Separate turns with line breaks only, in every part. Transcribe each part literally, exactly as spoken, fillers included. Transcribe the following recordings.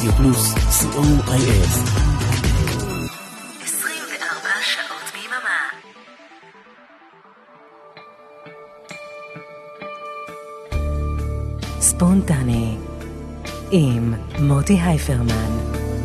רדיו פלוס, סי או איי אל.
עשרים וארבע שעות ביממה. ספונטני עם מוטי הייפרמן.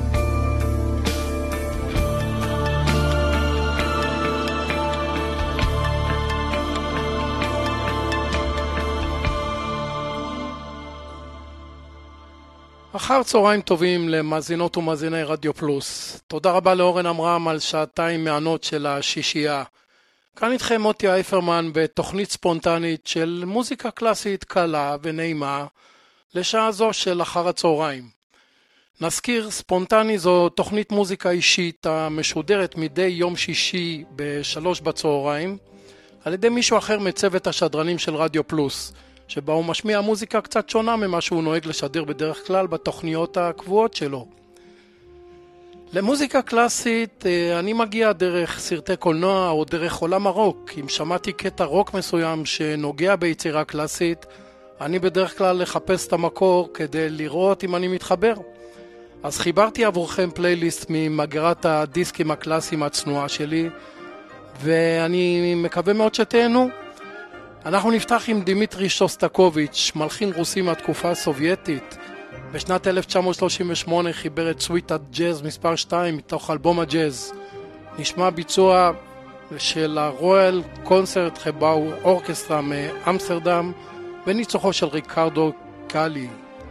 אחר צהריים טובים למאזינות ומאזיני רדיו פלוס. תודה רבה לאורן אמרם על שעתיים מענות של השישייה. כאן איתכם מוטי הייפרמן בתוכנית ספונטנית של מוזיקה קלאסית קלה ונעימה לשעה זו של אחר הצהריים. נזכיר, ספונטני זו תוכנית מוזיקה אישית המשודרת מדי יום שישי בשלוש בצהריים על ידי מישהו אחר מצוות השדרנים של רדיו פלוס, שבה הוא משמיע מוזיקה קצת שונה ממה שהוא נוהג לשדר בדרך כלל בתוכניות הקבועות שלו. למוזיקה קלאסית אני מגיע דרך סרטי קולנוע או דרך עולם הרוק. אם שמעתי קטע רוק מסוים שנוגע ביצירה קלאסית, אני בדרך כלל לחפש את המקור כדי לראות אם אני מתחבר. אז חיברתי עבורכם פלייליסט ממגרת הדיסקים הקלאסיים הצנועה שלי, ואני מקווה מאוד שתהנו. אנחנו נפתח עם דימיטרי שוסטקוביץ', מלחין רוסי מהתקופה הסובייטית. בשנת אלף תשע מאות שלושים ושמונה חיבר את סוויטת ג'אז מספר שתיים מתוך אלבום הג'אז. נשמע ביצוע של הרויאל קונצרט חבאו אורקסטרה מאמסטרדם בניצוחו של ריקרדו קאלי.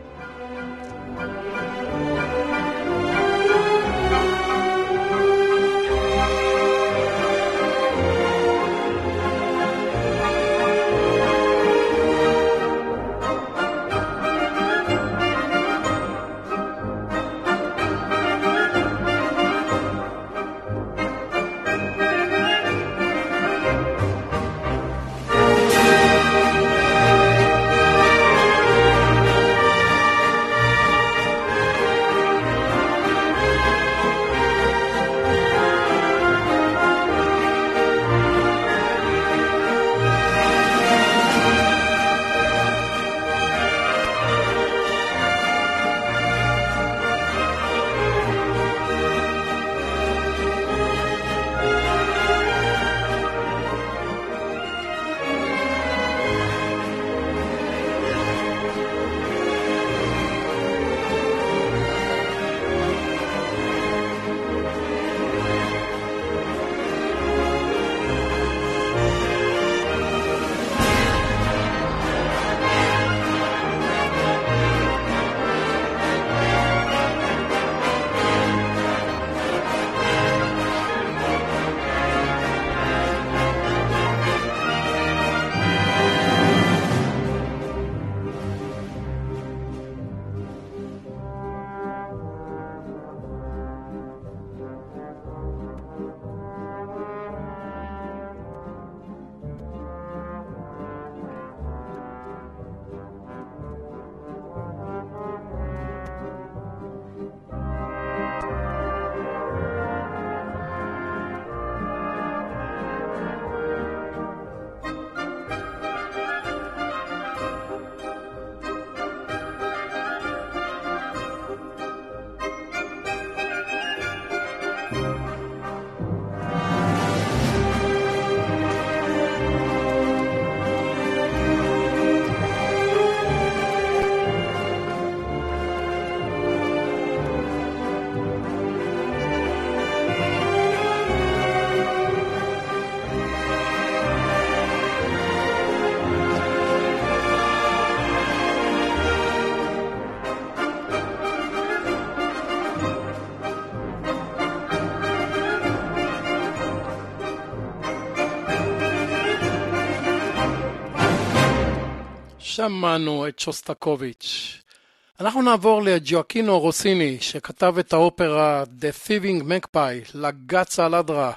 שמענו את שוסטקוביץ'. אנחנו נעבור לג'ואקינו רוסיני, שכתב את האופרה The Thieving Magpie, לגץ אלדרה,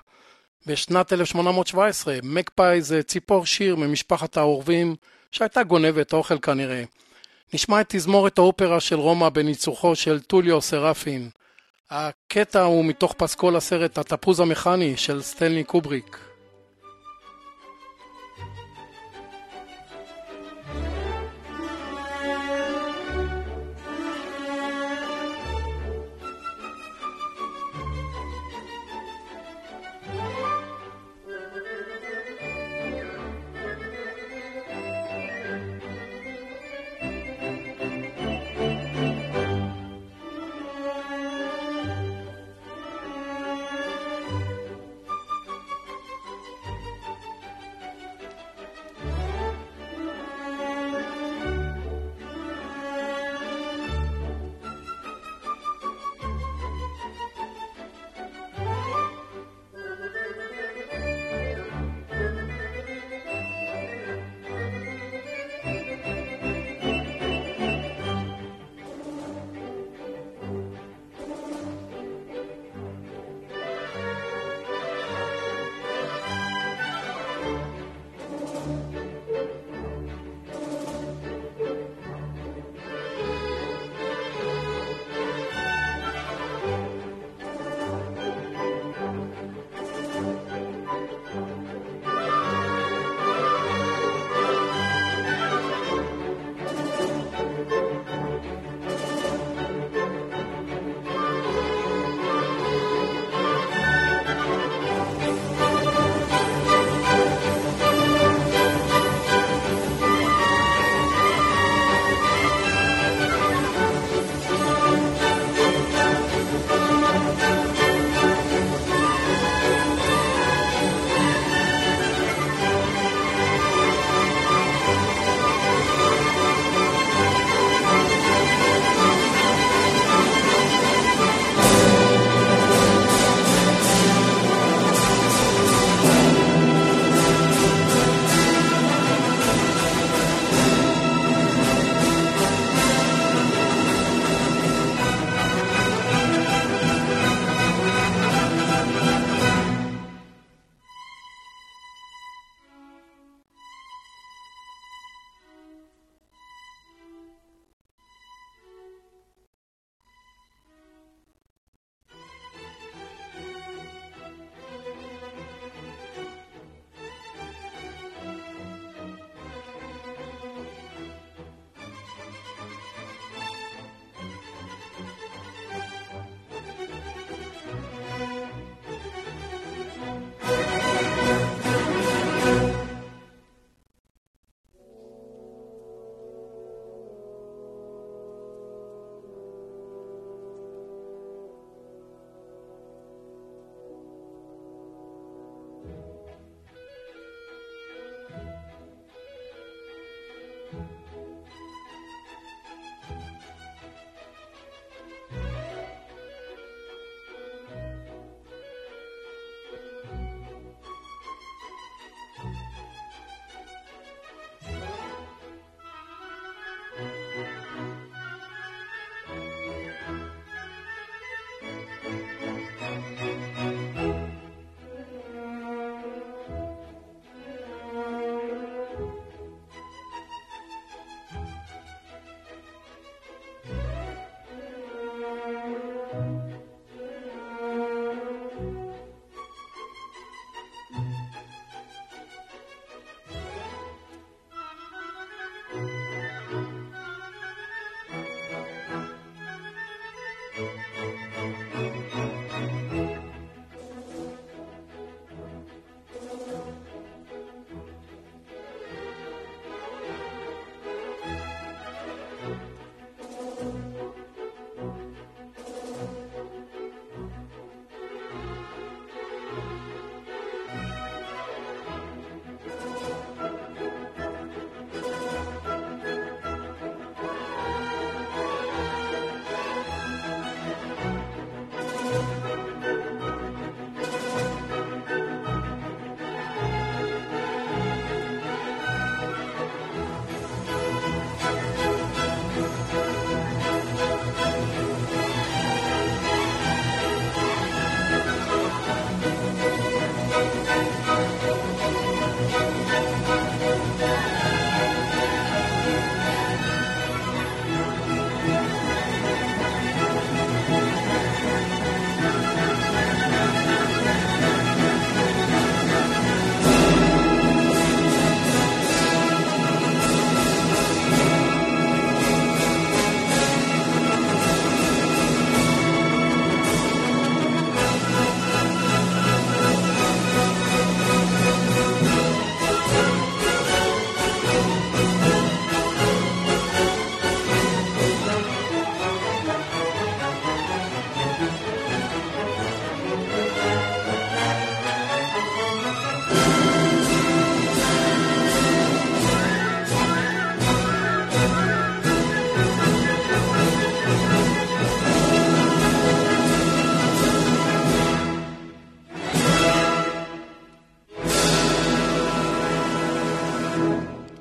בשנת אלף שמונה מאות שבע עשרה. מגפאי זה ציפור שיר ממשפחת העורבים, שהייתה גונבת אוכל כנראה. נשמע את תזמורת האופרה של רומא בניצוחו של טוליו סרפין. הקטע הוא מתוך פסקול הסרט התפוז המכני של סטנלי קובריק.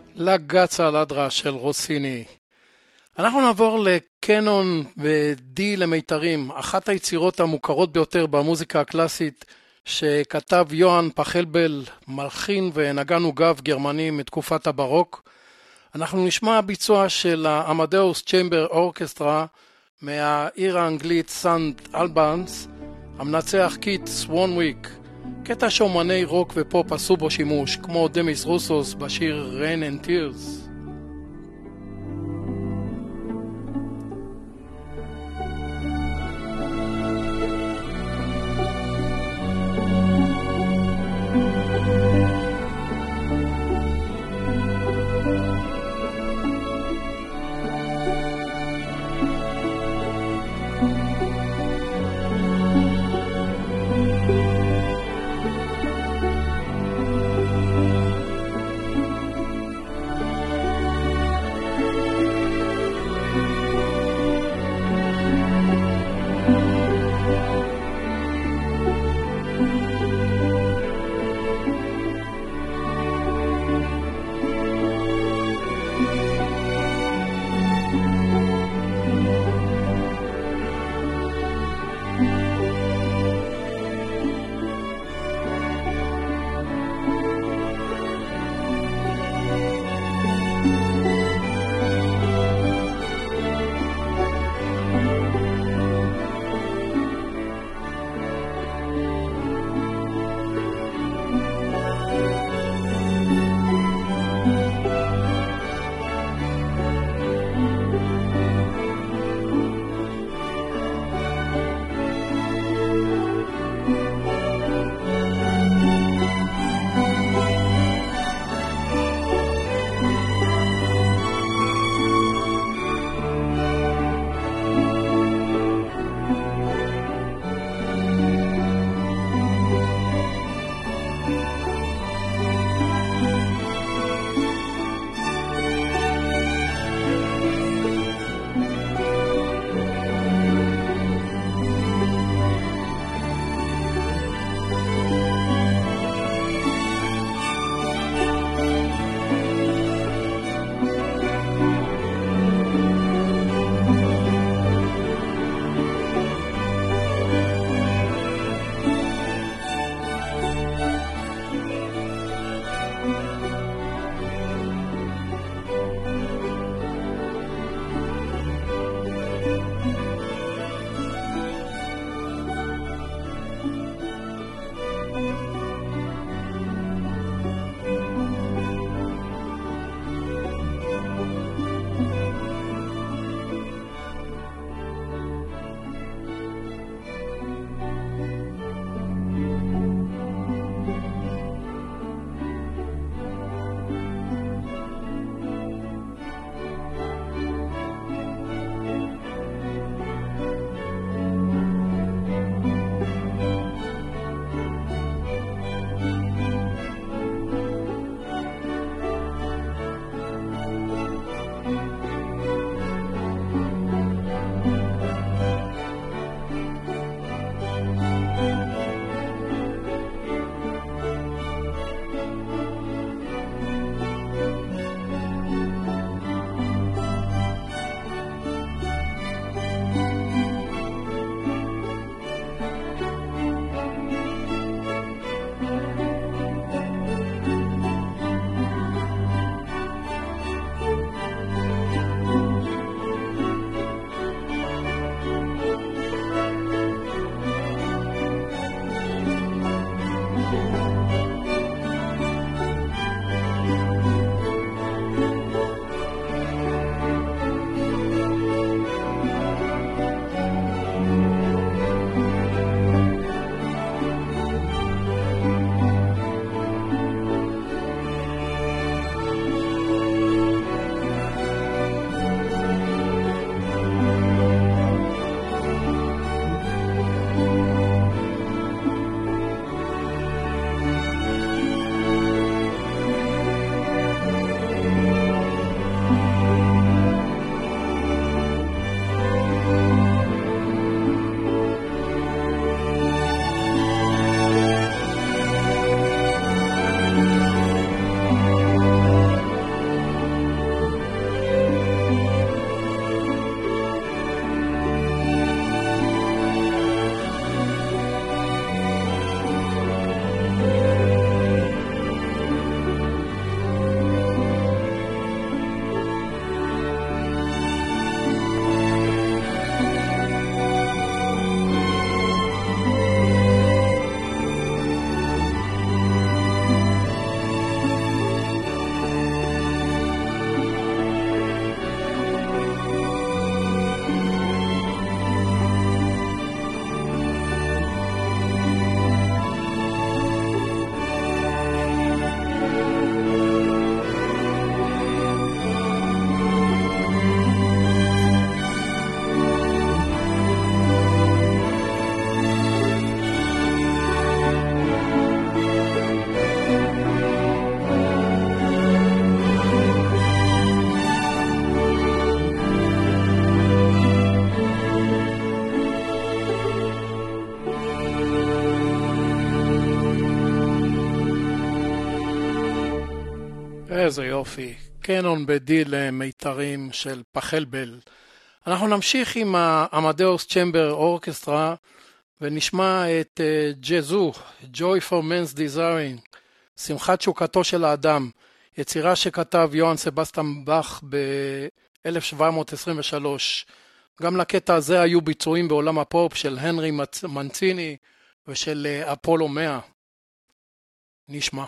לגצה לדרה של רוסיני. אנחנו נעבור לקנון ודי למיתרים, אחת היצירות המוכרות ביותר במוזיקה הקלאסית שכתב יוהאן פחלבל, מלחין ונגן עוגב גרמני מתקופת הברוק. אנחנו נשמע ביצוע של האמדאוס צ'יימבר אורקסטרה מהעיר האנגלית סנט אלבנס, המנצח קיט סוונוויק, קטע שאומני רוק ופופ עשו בו שימוש, כמו דמיס רוסוס בשיר Rain and Tears. איזה יופי. קנון בדי למיתרים של פחלבל. אנחנו נמשיך עם האמדאוס צ'מבר אורקסטרה ונשמע את ג'זו, Joy for Man's Desiring, שמחת שוקתו של האדם, יצירה שכתב יוהאן סבסטיאן באך ב-אלף שבע מאות עשרים ושלוש. גם לקטע הזה היו ביצועים בעולם הפופ של הנרי מנציני ושל אפולו מאה. נשמע.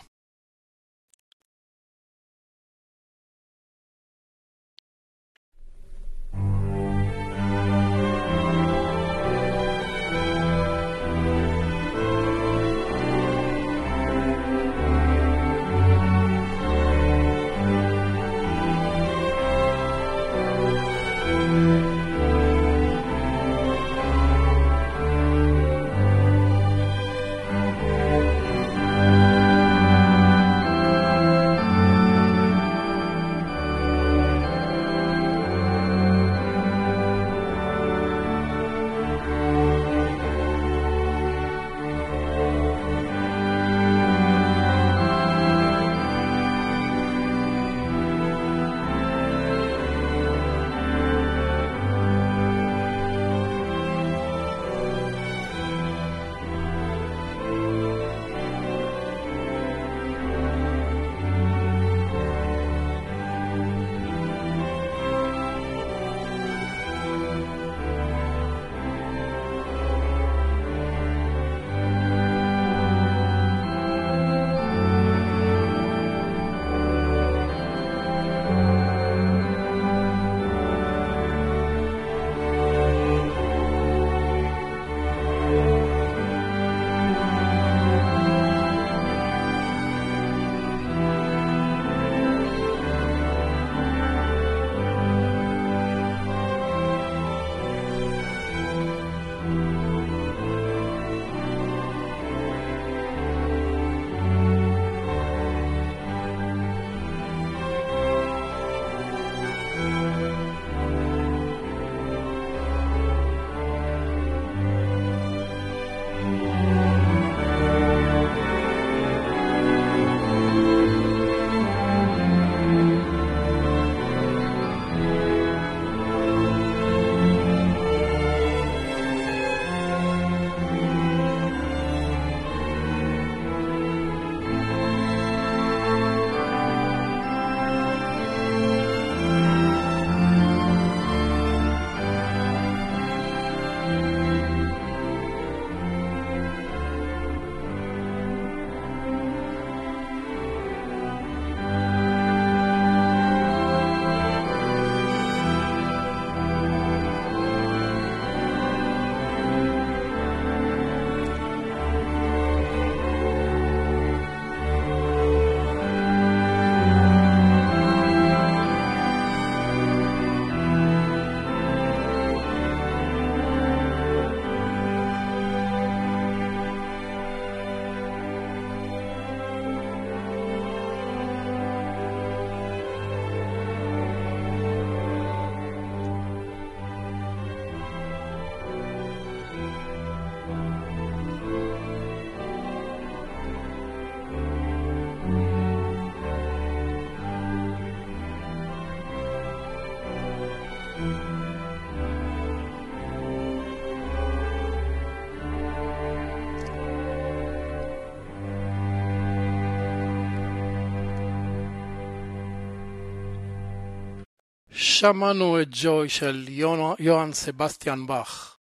שמענו את ג'וי של יוהאן סבסטיאן באך.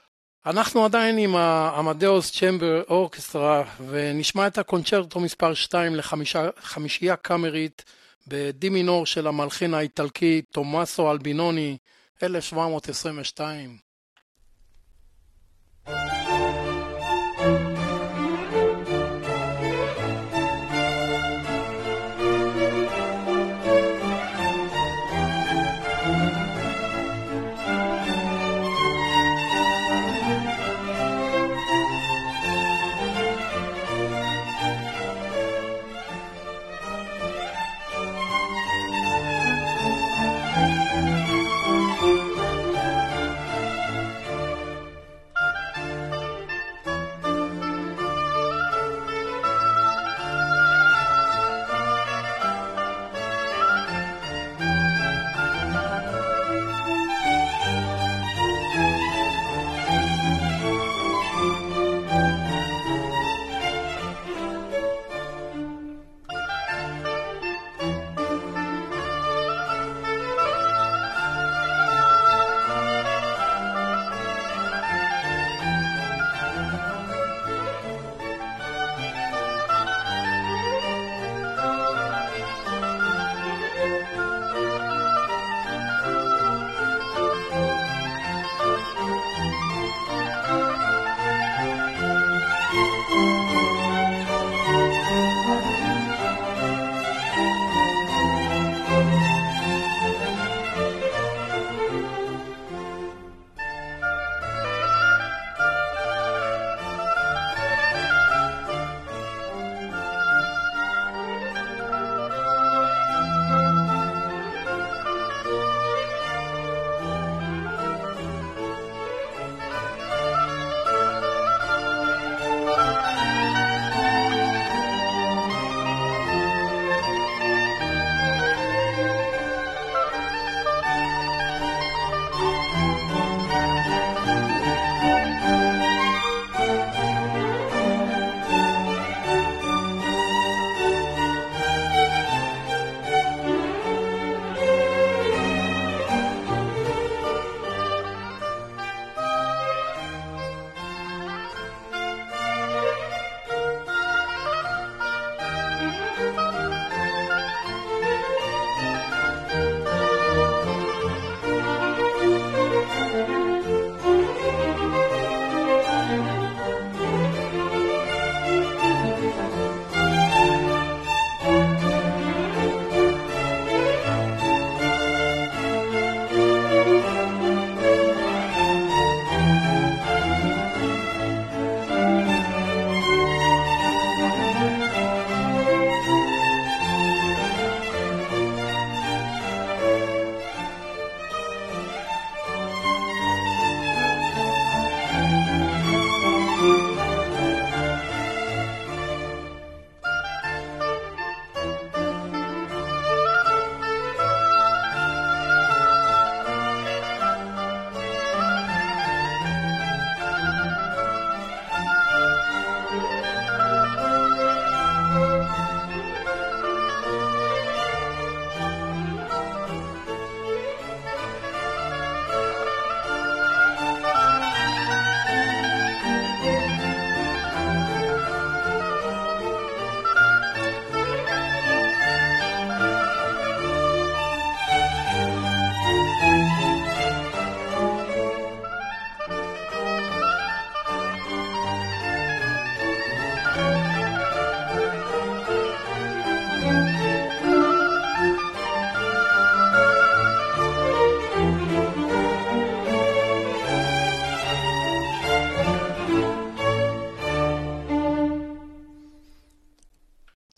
אנחנו עדיין עם האמדאוס צ'מבר אורקסטרה ונשמע את הקונצ'רטו מספר שתיים לחמישייה קאמרית בדי מינור של המלחין האיטלקי תומאסו אלבינוני אלף שבע מאות עשרים ושתיים.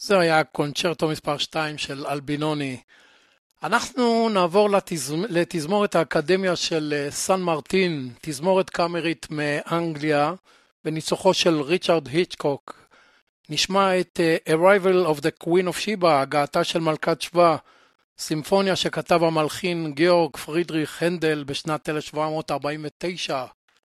זה היה קונצ'רטו מספר שתיים של אלבינוני. אנחנו נעבור לתזמ... לתזמורת האקדמיה של סן מרטין, תזמורת קאמרית מאנגליה, בניצוחו של ריצ'רד היצ'קוק. נשמע את uh, Arrival of the Queen of Sheba, הגעתה של מלכת שבא, סימפוניה שכתב המלחין גיאורג פרידריך הנדל בשנת אלף שבע מאות ארבעים ותשע.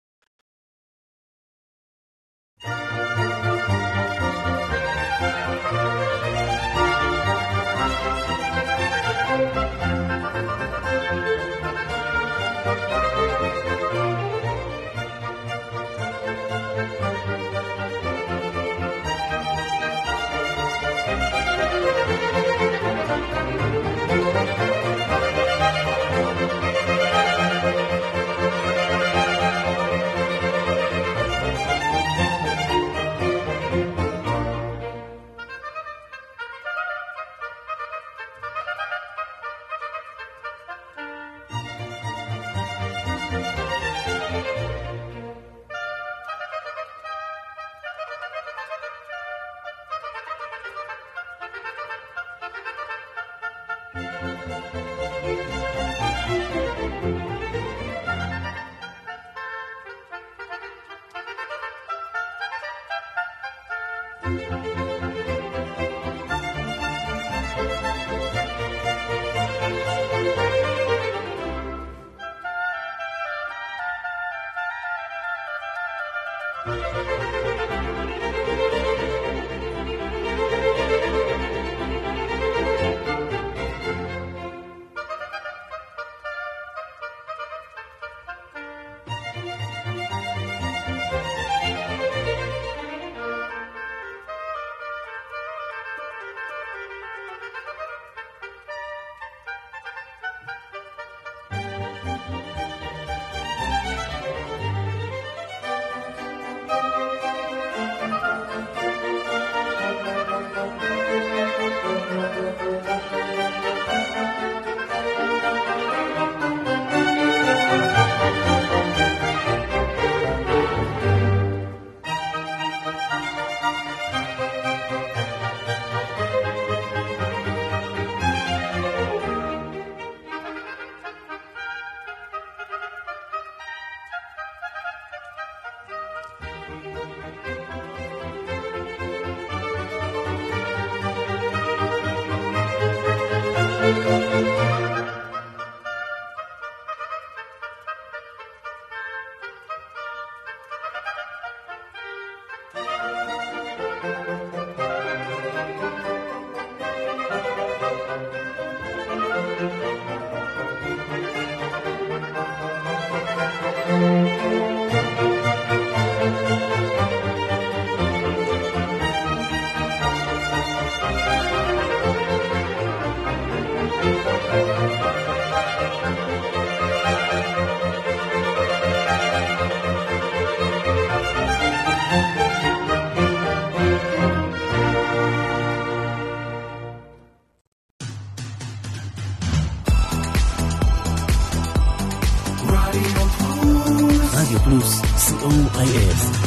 רדיו פלוס, סי או איי אף.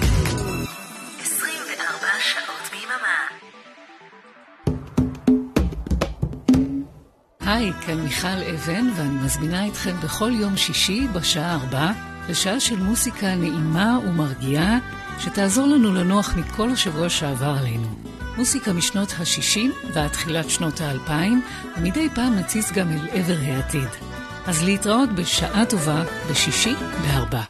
עשרים וארבע שעות ביממה. היי, כאן מיכל אבן, ואני מזמינה אתכם בכל יום שישי בשעה ארבע, לשעה של מוסיקה נעימה ומרגיעה, שתעזור לנו לנוח מכל השבוע שעבר עלינו. מוסיקה משנות ה-שישים ועד תחילת שנות ה-אלפיים, ומדי פעם נציץ גם אל עבר העתיד. אז להתראות בשעה טובה בשישי בארבע.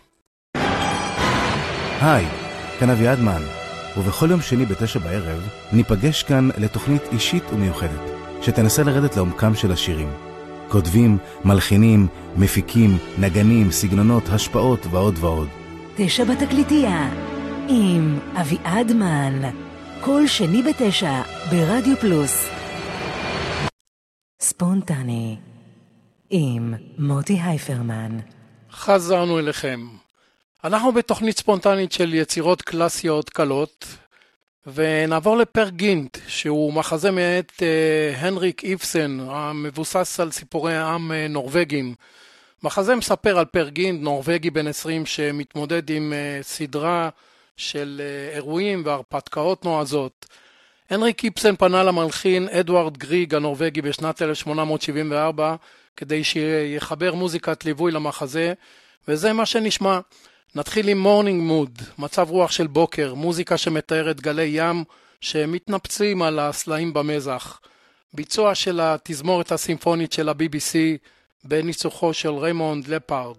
היי, כאן אביעד מן, ובכל יום שני בתשע בערב ניפגש כאן לתוכנית אישית ומיוחדת, שתנסה לרדת לעומקם של השירים. כותבים, מלחינים, מפיקים, נגנים, סגנונות, השפעות ועוד ועוד.
תשע בתקליטייה, עם אביעד מן, כל שני בתשע ברדיו פלוס. ספונטני, עם מוטי הייפרמן.
חזרנו אליכם. אנחנו בתוכנית ספונטנית של יצירות קלאסיות קלות, ונעבור לפר גינט, שהוא מחזה מאת uh, הנריק איבסן, המבוסס על סיפורי עם uh, נורווגים. מחזה מספר על פר גינט, נורווגי בן עשרים, שמתמודד עם uh, סדרה של uh, אירועים והרפתקאות נועזות. הנריק איבסן פנה למלחין אדוארד גריג הנורווגי בשנת אלף שמונה מאות שבעים וארבע כדי שיחבר מוזיקת ליווי למחזה, וזה מה שנשמע. נתחיל עם מורנינג מוד, מצב רוח של בוקר, מוזיקה שמתארת גלי ים שמתנפצים על הסלעים במזח. ביצוע של התזמורת הסימפונית של ה-בי בי סי בניצוחו של ריימונד לפארד.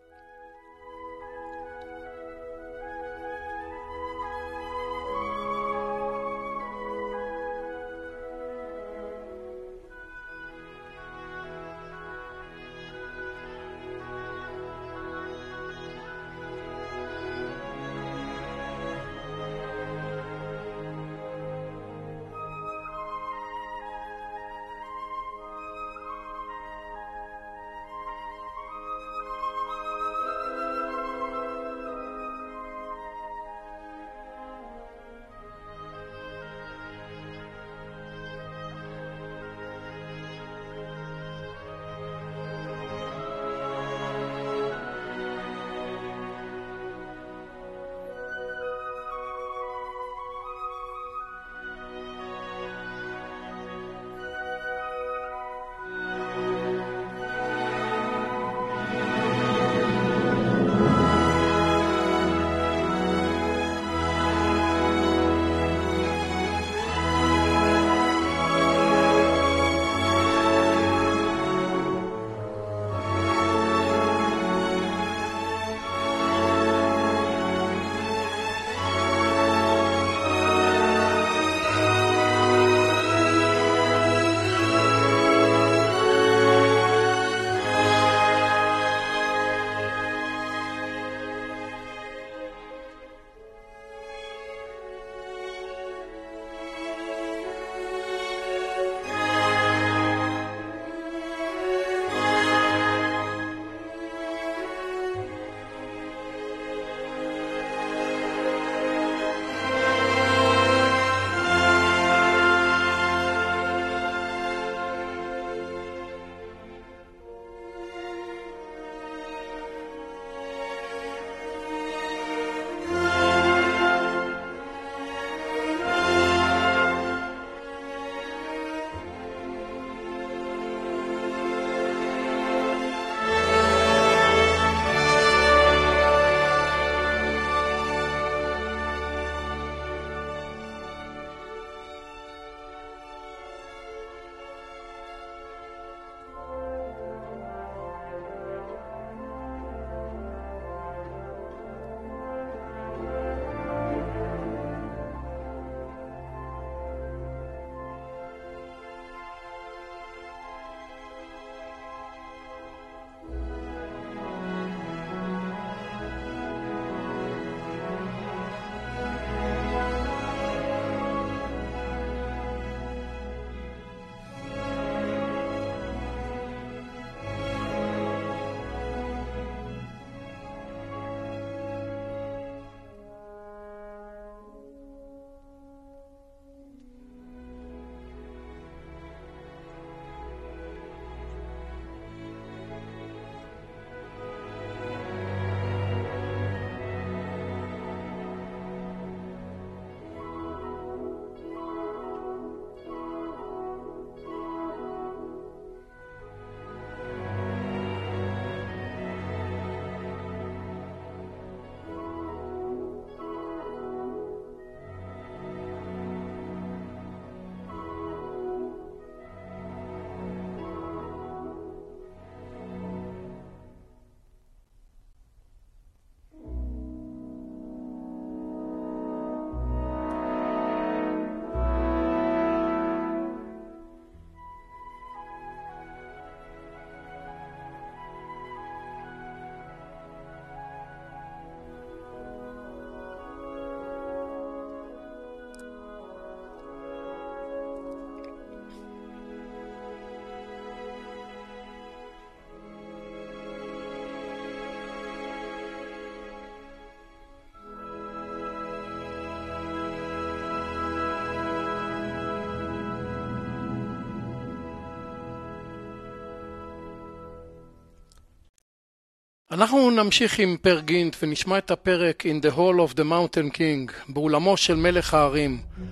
אנחנו נמשיך עם פר גינט ונשמע את הפרק In the Hall of the Mountain King, באולמו של מלך הערים.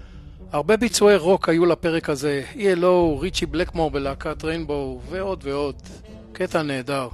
הרבה ביצועי רוק היו לפרק הזה, אי אל או, ריצ'י בלקמור בלהקת ריינבואו ועוד ועוד. קטע נהדר.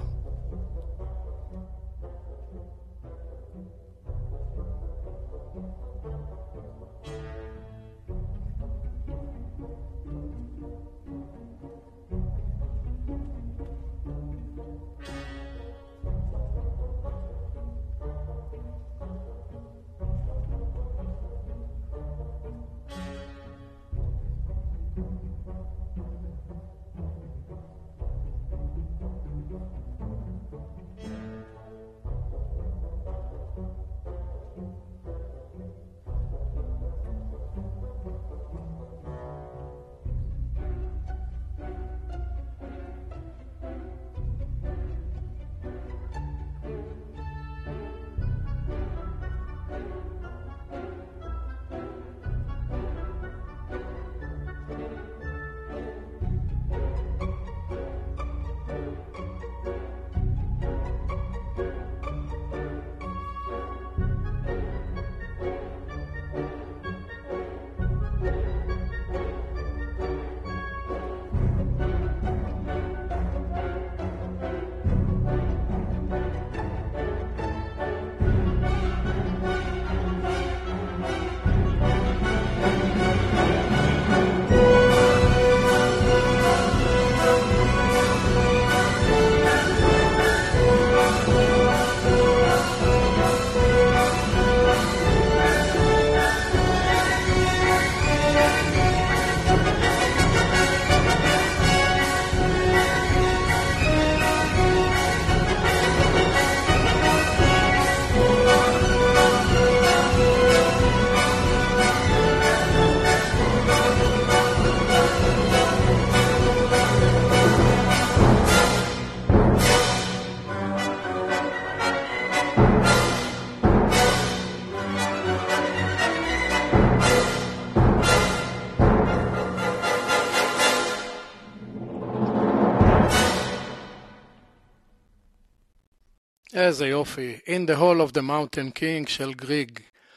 איזה יופי, In the Hall of the Mountain King של גריג.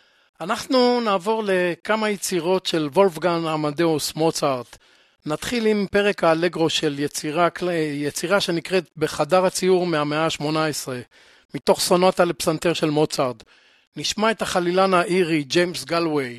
אנחנו נעבור לכמה יצירות של וולפגנג עמדאוס מוצרט. נתחיל עם פרק האלגרו של יצירה, יצירה שנקראת בחדר הציור מהמאה ה-שמונה עשרה, מתוך סונטה לפסנתר של מוצרט. נשמע את החלילן האירי ג'יימס גלווי.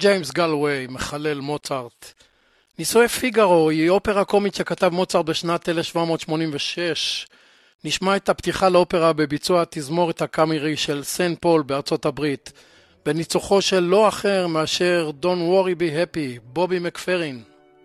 ג'יימס גלווי, מחלל מוצרט. נישואי פיגארו היא אופרה קומית שכתב מוצרט בשנת אלף שבע מאות שמונים ושש. נשמע את הפתיחה לאופרה בביצוע התזמורת הקאמרי של סן פול בארצות הברית, בניצוחו של לא אחר מאשר Don't Worry Be Happy, בובי מקפרין.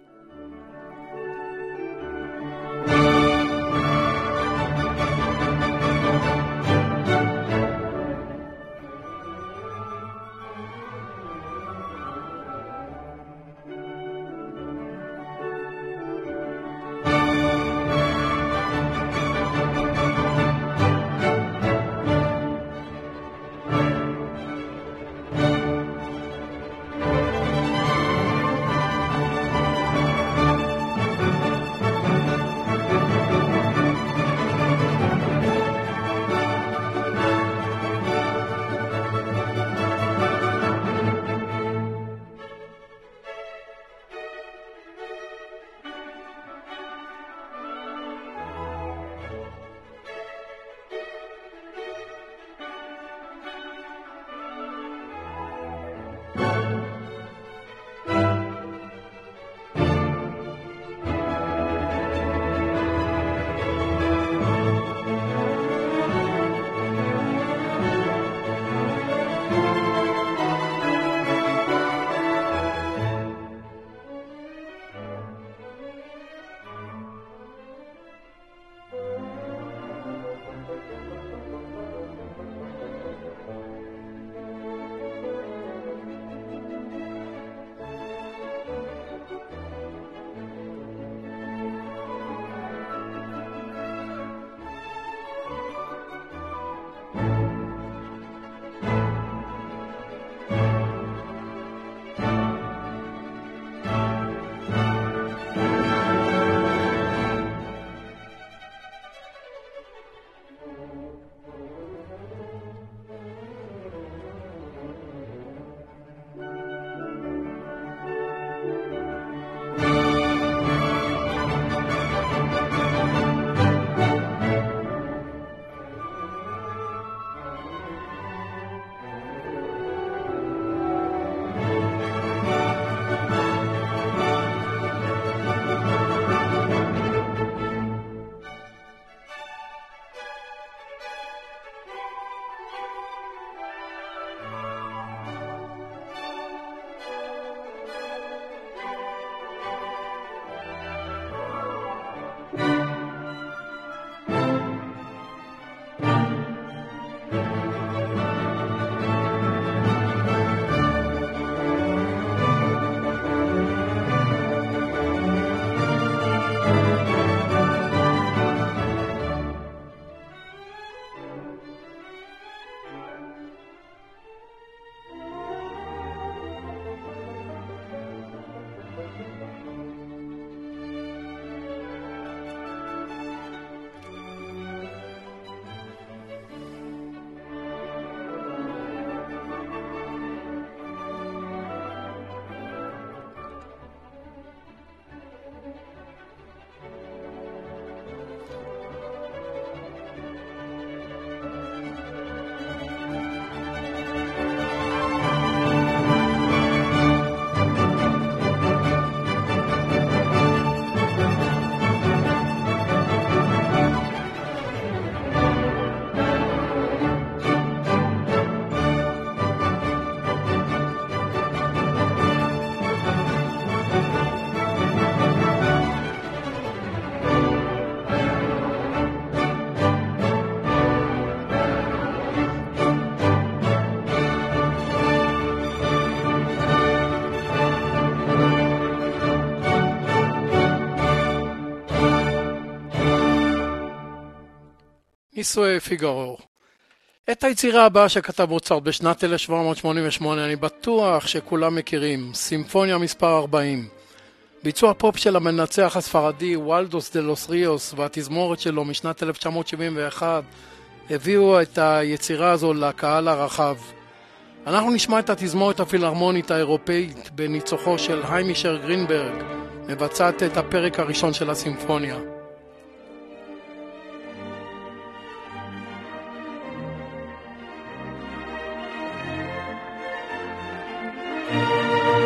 נישואי פיגארו. את היצירה הבאה שכתב מוצרט בשנת אלף שבע מאות שמונים ושמונה אני בטוח שכולם מכירים, סימפוניה מספר ארבעים. ביצוע פופ של המנצח הספרדי וולדוס דה לוס ריוס והתזמורת שלו משנת אלף תשע מאות שבעים ואחת הביאו את היצירה הזו לקהל הרחב. אנחנו נשמע את התזמורת הפילהרמונית האירופאית בניצוחו של היימישר גרינברג, מבצעת את הפרק הראשון של הסימפוניה.
Thank you.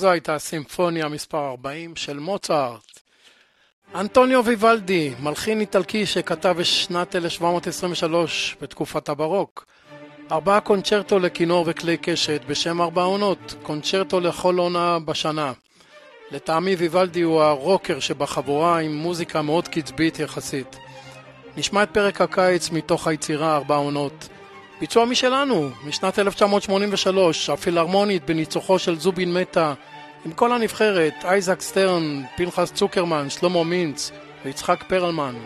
וזו הייתה סימפוניה מספר ארבעים של מוצרט. אנטוניו ויוולדי, מלחין איטלקי שכתב בשנת אלף שבע מאות עשרים ושלוש בתקופת הברוק. ארבעה קונצ'רטו לכינור וכלי קשת בשם ארבע עונות, קונצ'רטו לכל עונה בשנה. לטעמי ויוולדי הוא הרוקר שבחבורה עם מוזיקה מאוד קצבית יחסית. נשמע את פרק הקיץ מתוך היצירה ארבע עונות. ביצוע משלנו, משנת אלף תשע מאות שמונים ושלוש, הפילהרמונית בניצוחו של זובין מטה, עם כל הנבחרת, אייזק סטרן, פנחס צוקרמן, שלמה מינץ ויצחק פרלמן.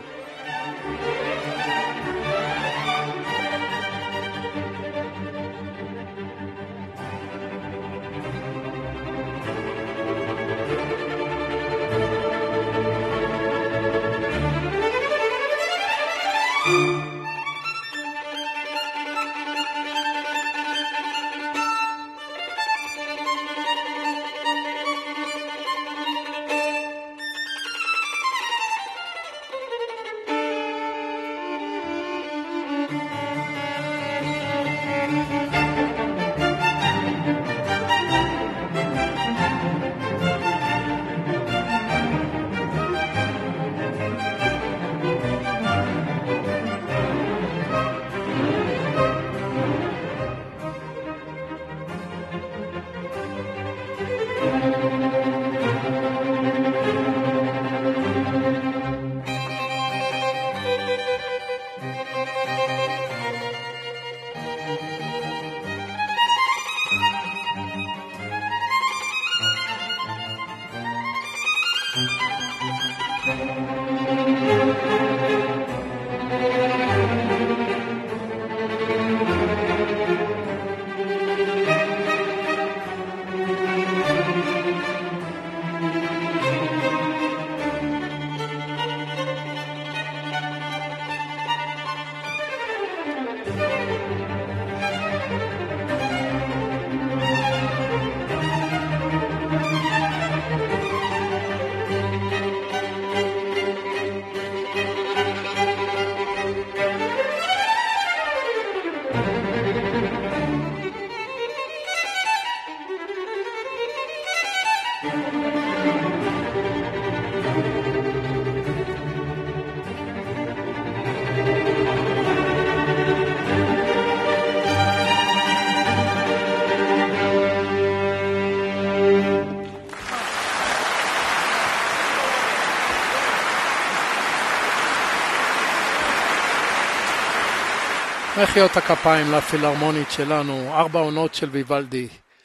מחיאות הכפיים לפילהרמונית שלנו, ארבע עונות של ויוולדי.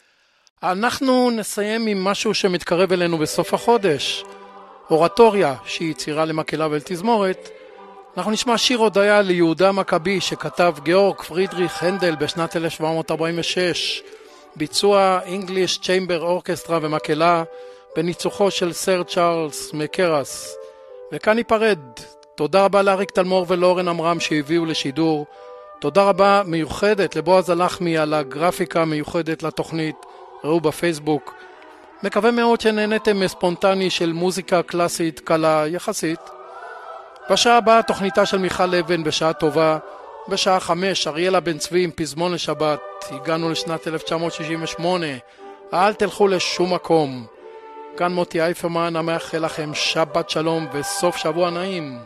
אנחנו נסיים עם משהו שמתקרב אלינו בסוף החודש. אורטוריה, שהיא יצירה למקהלה ולתזמורת. אנחנו נשמע שיר הודיה ליהודה מכבי שכתב גאורג פרידריך הנדל בשנת אלף שבע מאות ארבעים ושש. ביצוע English Chamber Orchestra ומקהלה בניצוחו של סר צ'ארלס מקרס. וכאן ניפרד. תודה רבה לאריק תלמור ולאורן אמרם שהביאו לשידור. תודה רבה מיוחדת לבועז הלחמי על הגרפיקה המיוחדת לתוכנית, ראו בפייסבוק. מקווה מאוד שנהנתם מספונטני של מוזיקה קלאסית קלה יחסית. בשעה הבאה תוכניתה של מיכל אבן בשעה טובה. בשעה חמש אריאלה בן צבי עם פזמון לשבת. הגענו לשנת אלף תשע מאות שישים ושמונה. אל תלכו לשום מקום. כאן מוטי אייפרמן, המאחל לכם שבת שלום וסוף שבוע נעים.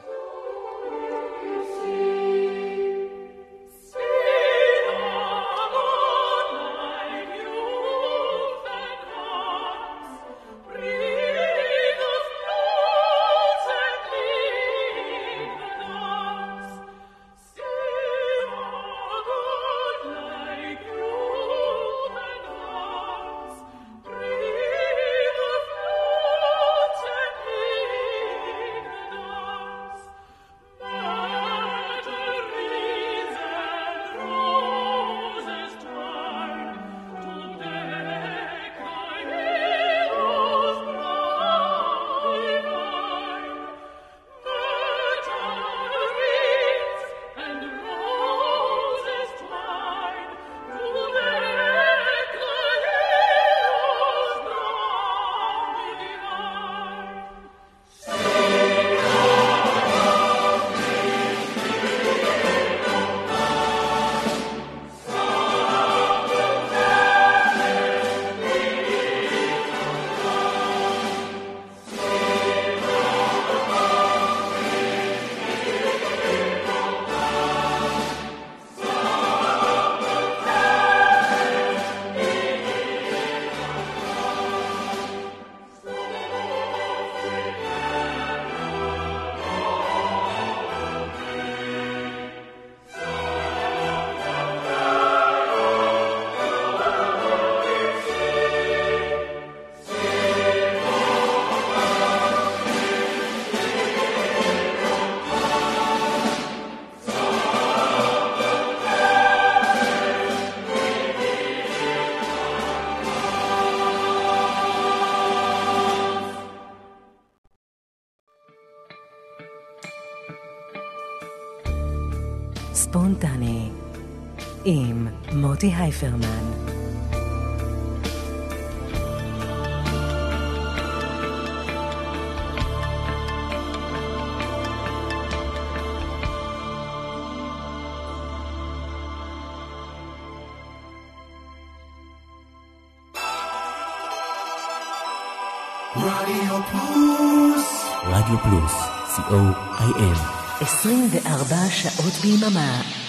ספונטני עם מוטי הייפרמן.
רדיו פלוס, רדיו פלוס, סי או איי אל.
עשרים וארבע שעות ביממה.